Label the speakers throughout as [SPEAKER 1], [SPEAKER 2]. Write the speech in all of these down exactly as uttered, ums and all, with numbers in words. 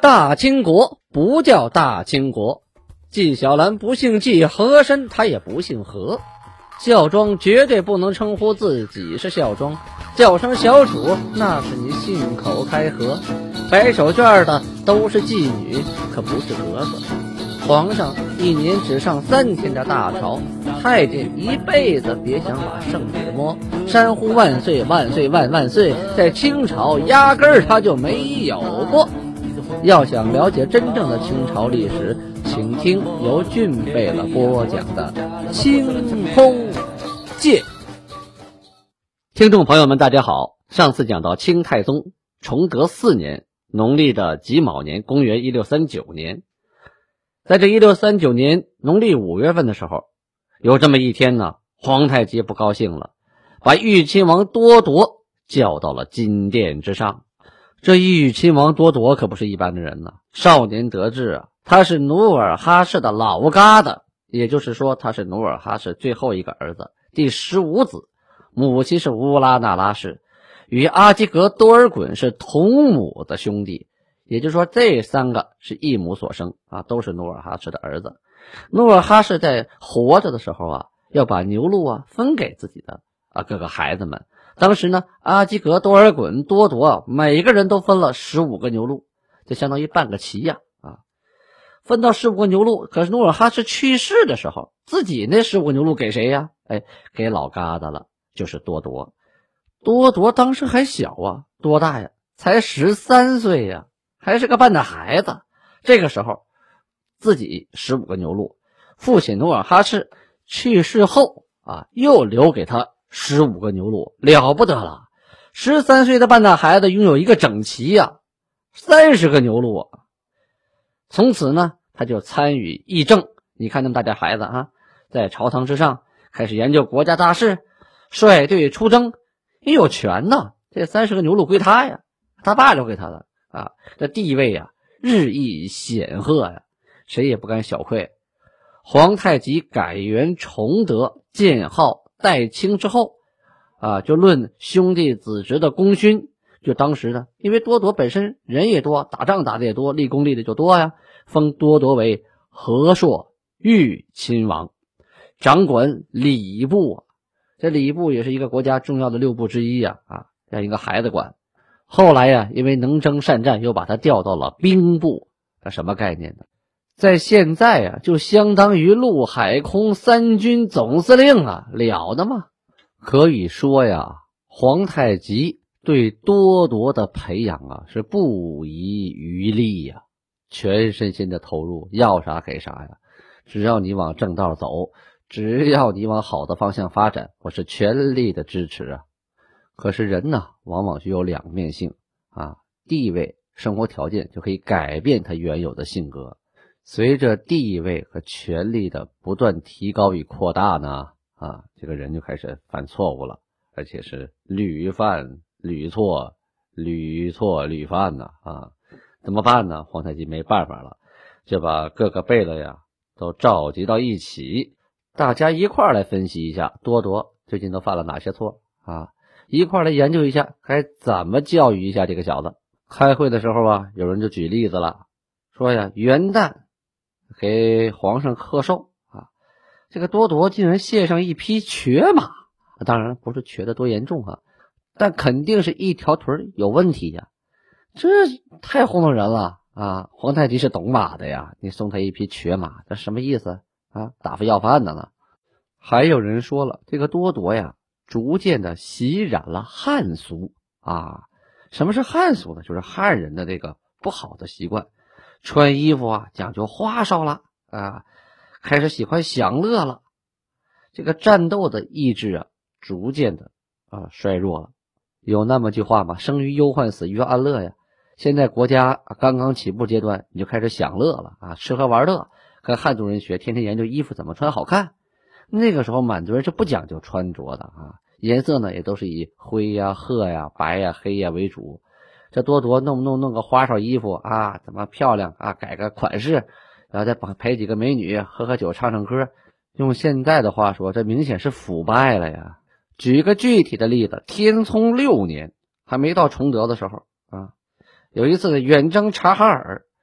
[SPEAKER 1] 大清国不叫大清国，纪晓岚不姓纪，和珅他也不姓和。孝庄绝对不能称呼自己是孝庄，叫声小主那是你信口开河。摆手绢的都是妓女，可不是格子。皇上一年只上三天的大朝，太监一辈子别想把圣旨摸。山呼万岁万岁万万岁，在清朝压根儿他就没有过。要想了解真正的清朝历史，请听由俊贝勒播讲的《清空界》。听众朋友们大家好，上次讲到清太宗崇德四年，农历的己卯年，公元一六三九年。在这一六三九年农历五月份的时候，有这么一天呢，皇太极不高兴了，把豫亲王多铎叫到了金殿之上。这豫亲王多铎可不是一般的人呢，少年得志啊，他是努尔哈赤的老疙瘩，也就是说他是努尔哈赤最后一个儿子，第十五子，母亲是乌拉那拉氏，与阿济格多尔衮是同母的兄弟，也就是说这三个是一母所生啊，都是努尔哈赤的儿子。努尔哈赤在活着的时候啊，要把牛鹿啊分给自己的啊各个孩子们。当时呢，阿济格多尔衮多铎每个人都分了十五个牛鹿，就相当于半个旗呀啊，分到十五个牛鹿。可是努尔哈赤去世的时候，自己那十五个牛鹿给谁呀？哎，给老疙瘩了，就是多铎。多铎当时还小啊，多大呀？才十三岁呀，还是个半大孩子。这个时候自己十五个牛鹿，父亲努尔哈赤去世后啊，又留给他十五个牛鹿，了不得了。十三岁的半大孩子拥有一个整齐呀，三十个牛鹿啊。从此呢，他就参与议政。你看那么大点孩子啊，在朝堂之上开始研究国家大事，率队出征，也有权呢。这三十个牛鹿归他呀，他爸留给他的啊，这地位呀日益显赫呀，谁也不敢小窥。皇太极改元崇德，建号代清之后啊，就论兄弟子侄的功勋，就当时呢，因为多铎本身人也多，打仗打的也多，立功立的就多呀，封多铎为和硕豫亲王，掌管礼部。这礼部也是一个国家重要的六部之一呀，啊，让一个孩子管。后来呀，因为能征善战，又把他调到了兵部。这什么概念呢？在现在呀，就相当于陆海空三军总司令啊，了得吗？可以说呀，皇太极对多铎的培养啊是不遗余力呀，全身心的投入，要啥给啥呀。只要你往正道走，只要你往好的方向发展，我是全力的支持啊。可是人呢，往往具有两面性啊，地位、生活条件就可以改变他原有的性格。随着地位和权力的不断提高与扩大呢，啊，这个人就开始犯错误了，而且是屡犯屡错，屡错屡犯呢啊，怎么办呢？皇太极没办法了，就把各个贝勒呀都召集到一起，大家一块儿来分析一下多铎最近都犯了哪些错啊，一块儿来研究一下该怎么教育一下这个小子。开会的时候啊，有人就举例子了，说呀，元旦给皇上贺寿啊，这个多铎竟然献上一匹瘸马，当然不是瘸的多严重啊，但肯定是一条腿有问题呀，这太糊弄人了啊！皇太极是懂马的呀，你送他一匹瘸马，这什么意思啊？打发要饭的呢？还有人说了，这个多铎呀，逐渐的习染了汉俗啊。什么是汉俗呢？就是汉人的这个不好的习惯，穿衣服啊讲究花哨了啊，开始喜欢享乐了，这个战斗的意志啊逐渐的啊衰弱了。有那么句话嘛，生于忧患，死于安乐呀。现在国家刚刚起步阶段，你就开始享乐了啊，吃喝玩乐，跟汉族人学，天天研究衣服怎么穿好看。那个时候满族人是不讲究穿着的啊，颜色呢也都是以灰呀、褐呀、白呀、黑呀为主。这多铎弄不弄弄个花哨衣服啊，怎么漂亮啊，改个款式，然后再陪几个美女喝喝酒唱唱歌，用现在的话说，这明显是腐败了呀。举个具体的例子，天聪六年还没到崇德的时候啊，有一次远征察哈尔，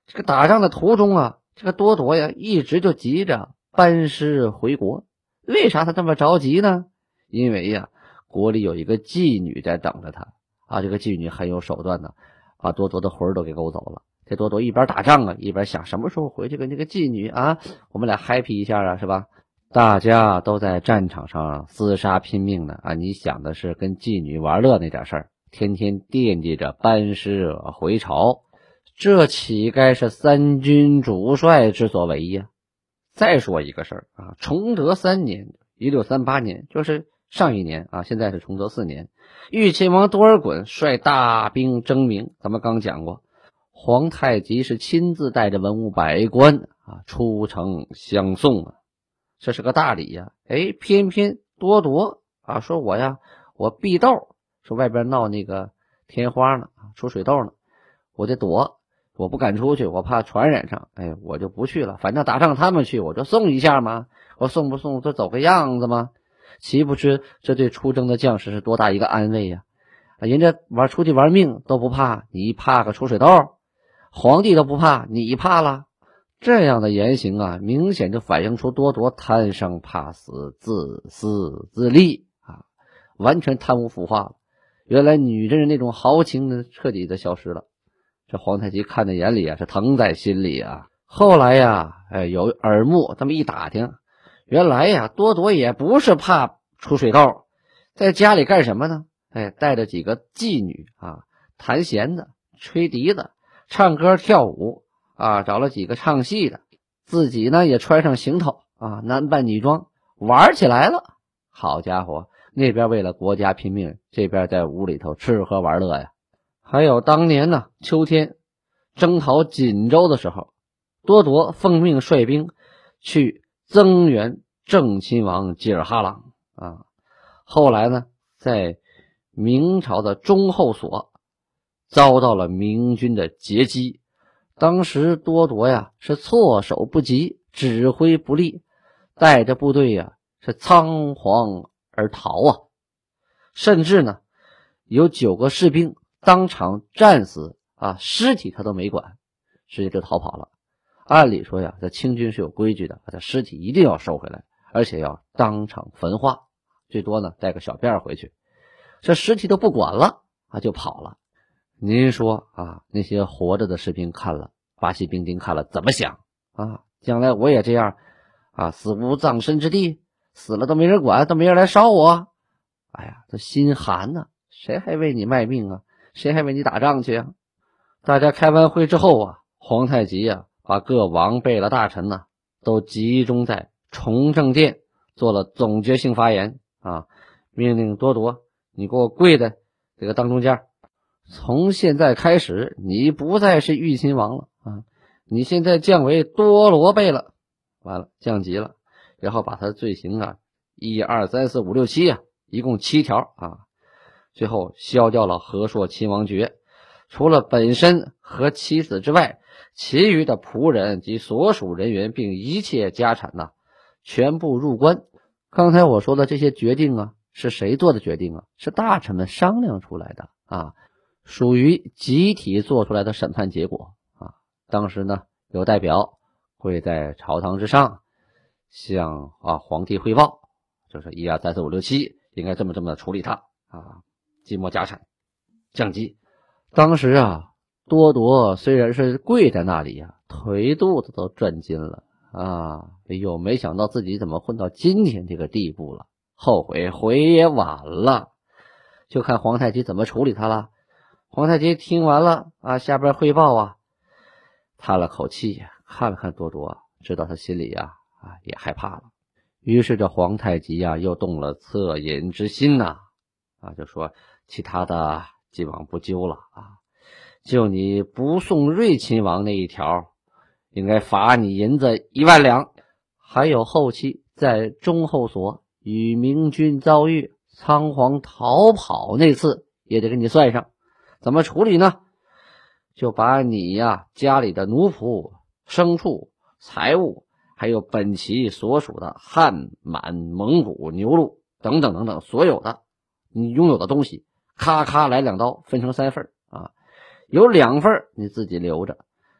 [SPEAKER 1] 这个打仗的途中啊，这个多铎呀一直就急着班师回国。为啥他这么着急呢？因为呀国里有一个妓女在等着他啊，这个妓女很有手段呢，把多铎的魂都给勾走了。这多铎一边打仗啊，一边想什么时候回去跟这个妓女啊，我们俩 happy 一下啊，是吧？大家都在战场上厮杀拼命呢啊，你想的是跟妓女玩乐那点事儿，天天惦记着班师回朝，这岂该是三军主帅之所为呀？再说一个事儿啊，崇德三年，一六三八年，就是上一年啊，现在是崇德四年，豫亲王多尔衮率大兵征明，咱们刚讲过，皇太极是亲自带着文武百官啊出城相送啊，这是个大礼呀。哎，偏偏多铎啊说我呀，我避痘，说外边闹那个天花呢，出水痘呢，我得躲，我不敢出去，我怕传染上，哎，我就不去了。反正打仗他们去，我就送一下嘛，我送不送就走个样子嘛。岂不知这对出征的将士是多大一个安慰呀！人家玩出去玩命都不怕，你怕个出水痘，皇帝都不怕，你怕了。这样的言行啊，明显就反映出多铎贪生怕死、自私自利啊，完全贪污腐化了。原来女真人那种豪情呢，彻底的消失了。这皇太极看在眼里啊，是疼在心里啊。后来呀，哎，有耳目这么一打听，原来呀，多铎也不是怕出水痘，在家里干什么呢？哎，带着几个妓女啊，弹弦的、吹笛子、唱歌跳舞啊，找了几个唱戏的，自己呢也穿上行头啊，男扮女装玩起来了。好家伙，那边为了国家拼命，这边在屋里头吃喝玩乐呀。还有当年呢，秋天征讨锦州的时候，多铎奉命率兵去增援正亲王济尔哈朗啊。后来呢，在明朝的中后所遭到了明军的截击，当时多铎呀是措手不及，指挥不力，带着部队呀是仓皇而逃啊，甚至呢有九个士兵当场战死啊，尸体他都没管，直接就逃跑了。按理说呀，这清军是有规矩的，这尸体一定要收回来，而且要当场焚化，最多呢带个小辫回去。这尸体都不管了啊，就跑了。您说啊，那些活着的士兵看了，巴西兵丁看了怎么想啊？将来我也这样啊，死无葬身之地，死了都没人管，都没人来烧我。哎呀，这心寒呐、啊，谁还为你卖命啊？谁还为你打仗去啊？大家开完会之后啊，皇太极啊把各王贝勒大臣呢、啊、都集中在崇政殿做了总决性发言啊，命令多铎你给我跪在这个当中间，从现在开始你不再是豫亲王了啊，你现在降为多罗贝勒，完了降级了，然后把他的罪行啊一二三四五六七啊一共七条啊，最后削掉了和硕亲王爵，除了本身和妻子之外，其余的仆人及所属人员并一切家产呐、啊，全部入关。刚才我说的这些决定啊，是谁做的决定啊？是大臣们商量出来的啊，属于集体做出来的审判结果啊。当时呢，有代表会在朝堂之上向啊皇帝汇报，就是一二三四五六七应该这么这么处理他啊，寂寞家产降级。当时啊，多铎虽然是跪在那里啊，腿肚子都转筋了啊！哎呦，没想到自己怎么混到今天这个地步了，后悔悔也晚了。就看皇太极怎么处理他了。皇太极听完了啊，下边汇报啊，叹了口气，看了看多铎，知道他心里呀 啊, 啊也害怕了。于是这皇太极啊又动了恻隐之心呐 啊, 啊，就说其他的今往不究了啊，就你不送睿亲王那一条，应该罚你银子一万两。还有后期在中后所与明军遭遇仓皇逃跑那次也得给你算上。怎么处理呢？就把你呀家里的奴仆、牲畜、财物，还有本旗所属的汉、满、蒙古、牛鹿等等等等所有的你拥有的东西，咔咔来两刀，分成三份啊，有两份你自己留着，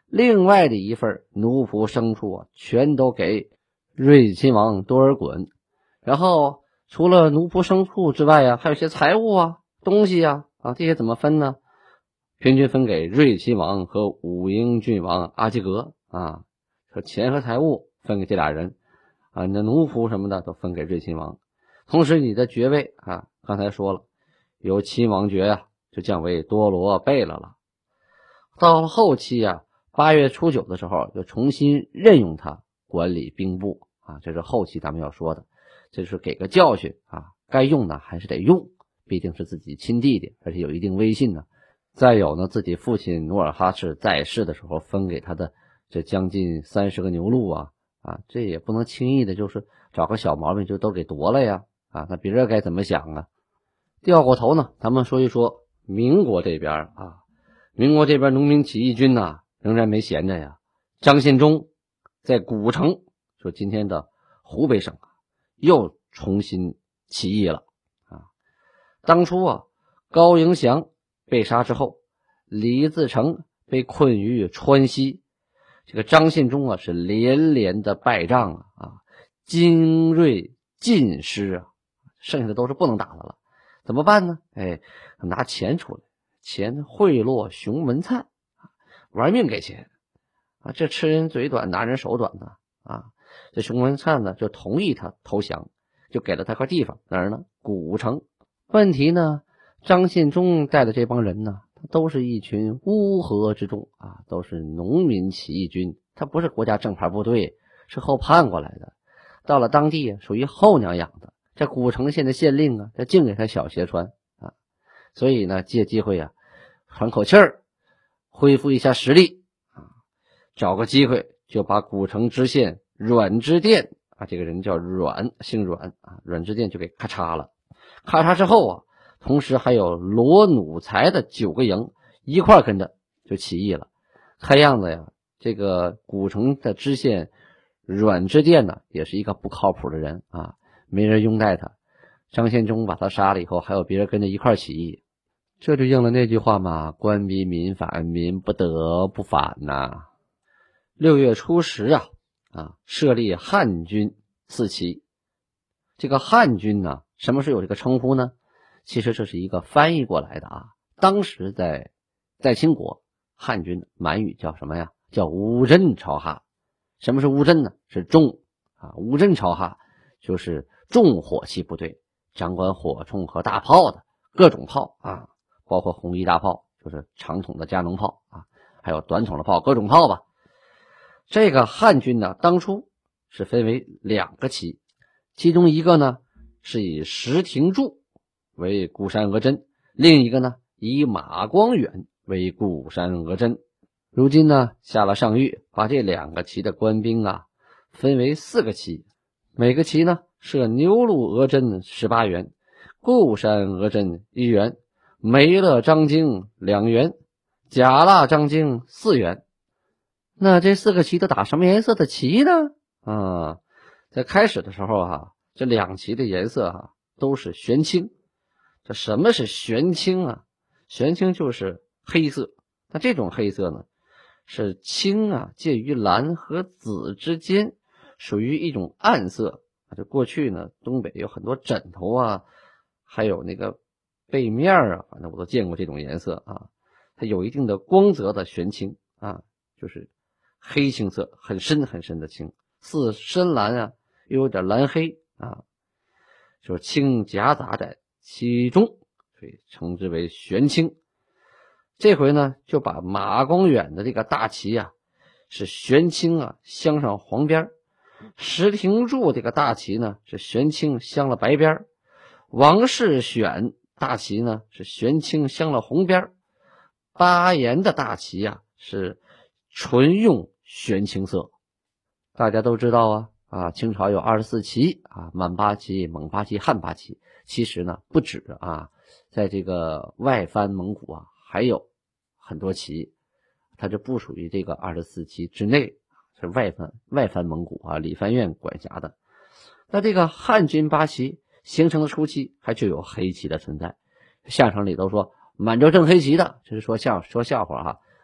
[SPEAKER 1] 另外的一份奴仆牲畜啊，全都给睿亲王多尔衮。然后除了奴仆牲畜之外啊，还有些财物啊、东西啊，啊这些怎么分呢？平均分给睿亲王和武英郡王阿济格啊，说钱和财物分给这俩人啊，你的奴仆什么的都分给睿亲王。同时你的爵位啊，刚才说了，由亲王爵呀、啊、就降为多罗贝勒了。到了后期啊，八月初九的时候，就重新任用他管理兵部啊，这是后期咱们要说的，这是给个教训啊，该用的还是得用，毕竟是自己亲弟弟，而且有一定威信呢。再有呢，自己父亲努尔哈赤在世的时候分给他的这将近三十个牛鹿啊，啊，这也不能轻易的就是找个小毛病就都给夺了呀，啊，那别人该怎么想啊？掉过头呢，咱们说一说民国这边啊，民国这边农民起义军呐、啊，仍然没闲着呀。张献忠在古城，说今天的湖北省啊，又重新起义了啊。当初啊，高迎祥被杀之后，李自成被困于川西，这个张献忠啊是连连的败仗啊，啊，精锐尽失啊，剩下的都是不能打的了，怎么办呢？哎，拿钱出来，钱贿赂熊文灿，玩命给钱啊，这吃人嘴短，拿人手短呢啊，这熊文灿呢就同意他投降，就给了他块地方，哪儿呢？古城。问题呢？张献忠带的这帮人呢，都是一群乌合之众啊，都是农民起义军，他不是国家正牌部队，是后叛过来的。到了当地属于后娘养的，这古城县的县令啊，这净给他小鞋穿啊，所以呢，借机会啊，喘口气儿，恢复一下实力啊，找个机会就把古城知县阮之殿啊，这个人叫阮，姓阮啊，阮之殿就给咔嚓了。咔嚓之后啊，同时还有罗努才的九个营一块跟着就起义了。看样子呀，这个古城的知县阮之殿呢，也是一个不靠谱的人啊，没人拥戴他。张献忠把他杀了以后，还有别人跟着一块起义，这就应了那句话嘛，官逼民反，民不得不反呐、啊。六月初十啊，啊，设立汉军四旗。这个汉军呢，什么时候有这个称呼呢？其实这是一个翻译过来的啊。当时在在清国，汉军满语叫什么呀？叫乌镇朝哈。什么是乌镇呢？是重啊，乌镇朝哈就是重火器部队，掌管火铳和大炮的各种炮啊，包括红衣大炮，就是长筒的加农炮啊，还有短筒的炮，各种炮吧。这个汉军呢，当初是分为两个旗，其中一个呢是以石廷柱为固山额真，另一个呢以马光远为固山额真。如今呢下了上谕，把这两个旗的官兵啊分为四个旗，每个旗呢设牛鹿额真十八元，固山额真一元，梅勒张经两元，甲蜡张经四元。那这四个旗都打什么颜色的旗呢？啊，在开始的时候啊，这两旗的颜色啊都是玄青。这什么是玄青啊？玄青就是黑色，那这种黑色呢是青啊介于蓝和紫之间，属于一种暗色。这过去呢东北有很多枕头啊，还有那个被面啊，反正我都见过这种颜色啊，它有一定的光泽的玄青啊，就是黑青色，很深很深的青，似深蓝啊，又有点蓝黑啊，就是青夹杂在其中，所以称之为玄青。这回呢就把马光远的这个大旗啊是玄青啊镶上黄边，石廷柱这个大旗呢是玄青镶了白边，王世选大旗呢是玄青镶了红边，巴彦的大旗啊是纯用玄青色。大家都知道啊啊，清朝有二十四旗啊，满八旗、蒙八旗、汉八旗。其实呢不止啊，在这个外藩蒙古啊还有很多旗，它就不属于这个二十四旗之内，是外藩外藩蒙古啊，理藩院管辖的。那这个汉军八旗形成的初期还就有黑旗的存在，相声里都说满洲正黑旗的，这是说相说笑话哈。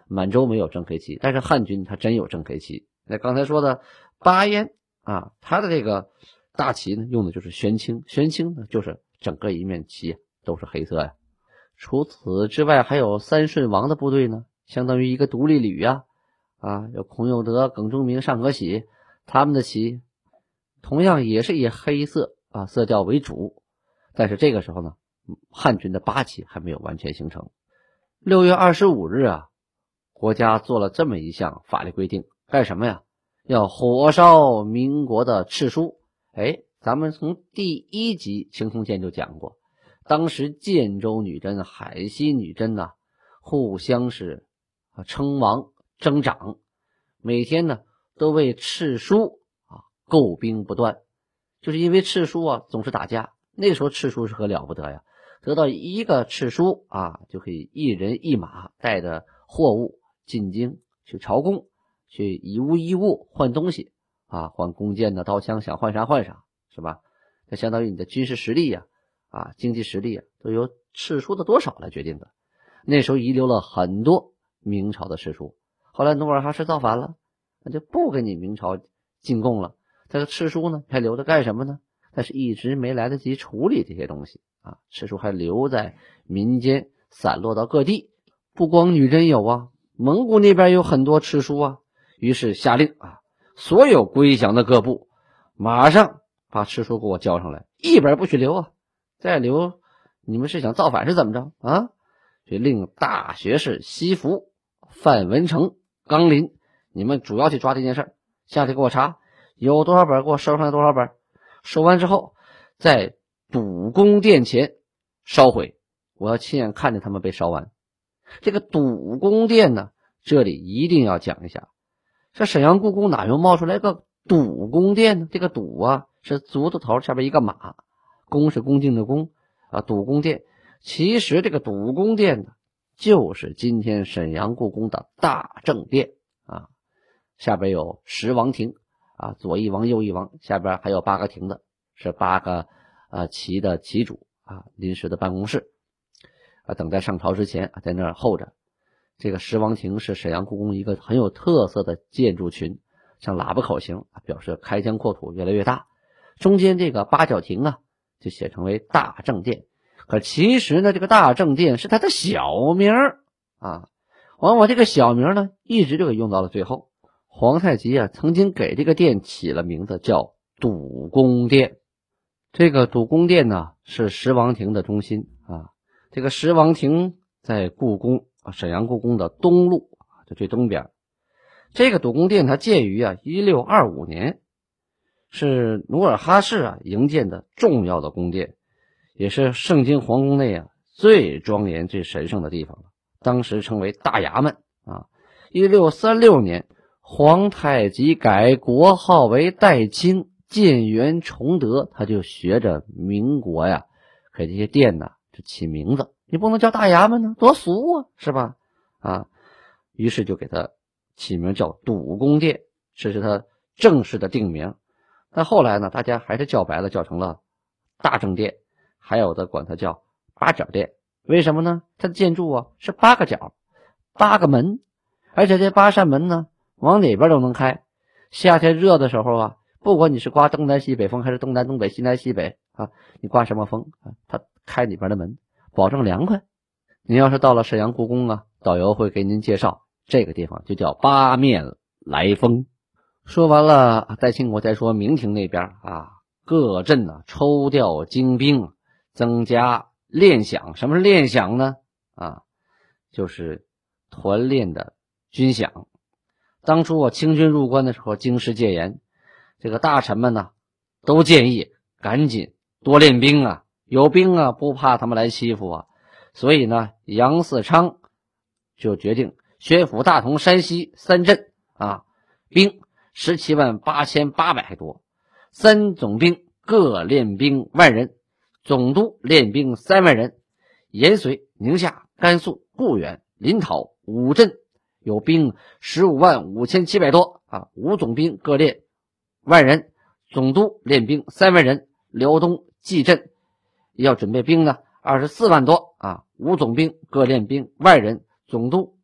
[SPEAKER 1] 满洲没有正黑旗，但是汉军他真有正黑旗。那刚才说的巴彦啊，他的这个大旗呢用的就是玄青，玄青呢就是整个一面旗都是黑色呀。除此之外，还有三顺王的部队呢，相当于一个独立旅呀，啊，有孔有德、耿忠明、尚可喜，他们的旗同样也是以黑色啊色调为主。但是这个时候呢，汉军的八旗还没有完全形成。六月二十五日啊，国家做了这么一项法律规定，干什么呀？要火烧民国的敕书。哎，咱们从第一集青松剑就讲过，当时建州女真、海西女真呢、啊，互相是啊称王争长，每天呢都为敕书啊诟病不断，就是因为敕书啊总是打架。那时候敕书是可了不得呀，得到一个敕书啊，就可以一人一马带着货物进京去朝贡，去以物易物换东西啊，换弓箭的刀枪，想换啥换啥，是吧？那相当于你的军事实力呀、啊，啊，经济实力啊，都由敕书的多少来决定的。那时候遗留了很多明朝的敕书，后来努尔哈赤造反了，那就不给你明朝进贡了。这个敕书呢，还留着干什么呢？但是一直没来得及处理这些东西啊，敕书还留在民间，散落到各地。不光女真有啊，蒙古那边有很多敕书啊。于是下令啊，所有归降的各部马上把敕书给我交上来，一本不许留啊！再留，你们是想造反是怎么着啊？就令大学士西福、范文成、纲林，你们主要去抓这件事儿，下去给我查，有多少本给我收上来多少本。收完之后，在堵宫殿前烧毁，我要亲眼看见他们被烧完。这个堵宫殿呢，这里一定要讲一下，这沈阳故宫哪又冒出来个堵宫殿呢？这个堵啊是足字头下边一个马，恭是恭敬的恭啊，堵宫殿。其实这个堵宫殿呢，就是今天沈阳故宫的大正殿啊，下边有十王庭。啊，左一王右一王，下边还有八个亭子，是八个啊旗的旗主啊临时的办公室啊，等待上朝之前啊在那儿候着。这个十王亭是沈阳故宫一个很有特色的建筑群，像喇叭口型啊，表示开疆扩土越来越大。中间这个八角亭啊，就写成为大正殿。可其实呢，这个大正殿是它的小名啊，往往这个小名呢，一直就给用到了最后。皇太极啊，曾经给这个殿起了名字叫堵宫殿。这个堵宫殿呢，是十王庭的中心啊。这个十王庭在故宫啊，沈阳故宫的东路啊，就最东边。这个堵宫殿它建于啊一六二五年，是努尔哈赤啊营建的重要的宫殿，也是盛京皇宫内啊最庄严、最神圣的地方了。当时称为大衙门啊。一六三六年。皇太极改国号为代清，建元崇德，他就学着民国呀，给这些殿呢就起名字，你不能叫大衙门呢，多俗啊，是吧？啊，于是就给他起名叫堵宫殿，这是他正式的定名。但后来呢，大家还是叫白了，叫成了大正殿，还有的管它叫八角殿。为什么呢？它的建筑啊是八个角，八个门，而且这八扇门呢往哪边都能开。夏天热的时候啊，不管你是刮东南西北风还是东南东北西南西北啊，你刮什么风啊，它开里边的门，保证凉快。您要是到了沈阳故宫啊，导游会给您介绍这个地方就叫八面来风。说完了代清国，再说明廷那边啊，各镇啊抽调精兵，增加练饷。什么是练饷呢？啊，就是团练的军饷。当初啊清军入关的时候，京师戒严，这个大臣们呢都建议赶紧多练兵啊，有兵啊不怕他们来欺负啊。所以呢，杨嗣昌就决定宣抚大同、山西三镇啊，兵十七万八千八百多，三总兵各练兵万人，总督练兵三万人。延绥、宁夏、甘肃、固原、临洮五镇有兵十五万五千七百多啊，五总兵各练万人，总督练兵三万人。辽东蓟镇要准备兵呢二十四万多啊，五总兵各练兵万人，总督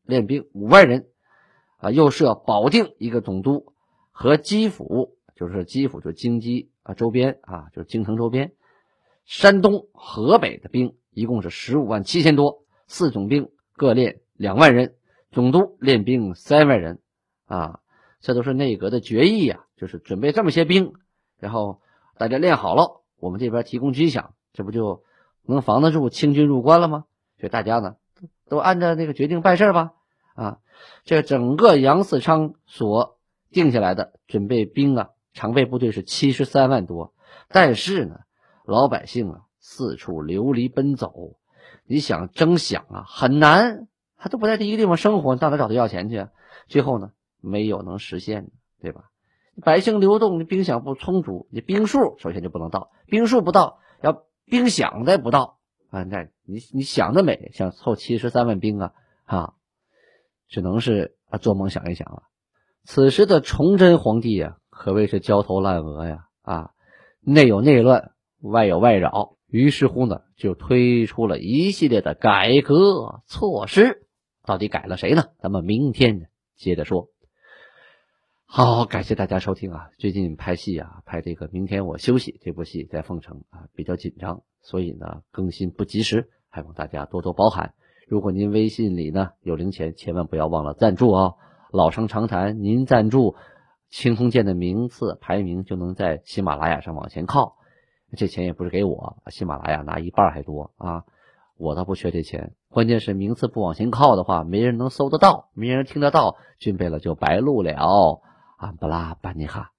[SPEAKER 1] 练兵五万人啊，又设保定一个总督和基辅，就是基辅就是京畿啊周边啊，就是京城周边，山东、河北的兵一共是十五万七千多，四总兵各练两万人，总督练兵三万人啊，这都是内阁的决议啊，就是准备这么些兵，然后大家练好了，我们这边提供军饷，这不就能防得住清军入关了吗？所以大家呢都按照那个决定办事吧。啊，这整个杨嗣昌所定下来的准备兵啊，常备部队是七十三万多，但是呢，老百姓啊四处流离奔走，你想争饷啊很难，他都不在这一个地方生活，你到哪找他要钱去啊？最后呢，没有能实现的，对吧？百姓流动，你兵饷不充足，你兵数首先就不能到，兵数不到，要兵饷再不到啊，那你你想得美，想凑七十三万兵啊啊！只能是啊做梦想一想啊。此时的崇祯皇帝啊，可谓是焦头烂额呀啊，内有内乱，外有外扰，于是乎呢，就推出了一系列的改革措施。到底改了谁呢？咱们明天接着说。好，感谢大家收听啊。最近拍戏啊，拍这个《明天我休息》这部戏在凤城啊，比较紧张，所以呢更新不及时，还望大家多多包涵。如果您微信里呢有零钱，千万不要忘了赞助哦。老生常谈，您赞助，青铜剑的名次排名就能在喜马拉雅上往前靠。这钱也不是给我，喜马拉雅拿一半还多啊，我倒不缺这钱。关键是名次不往前靠的话，没人能搜得到，没人听得到，军备了就白录了。安布拉班尼哈。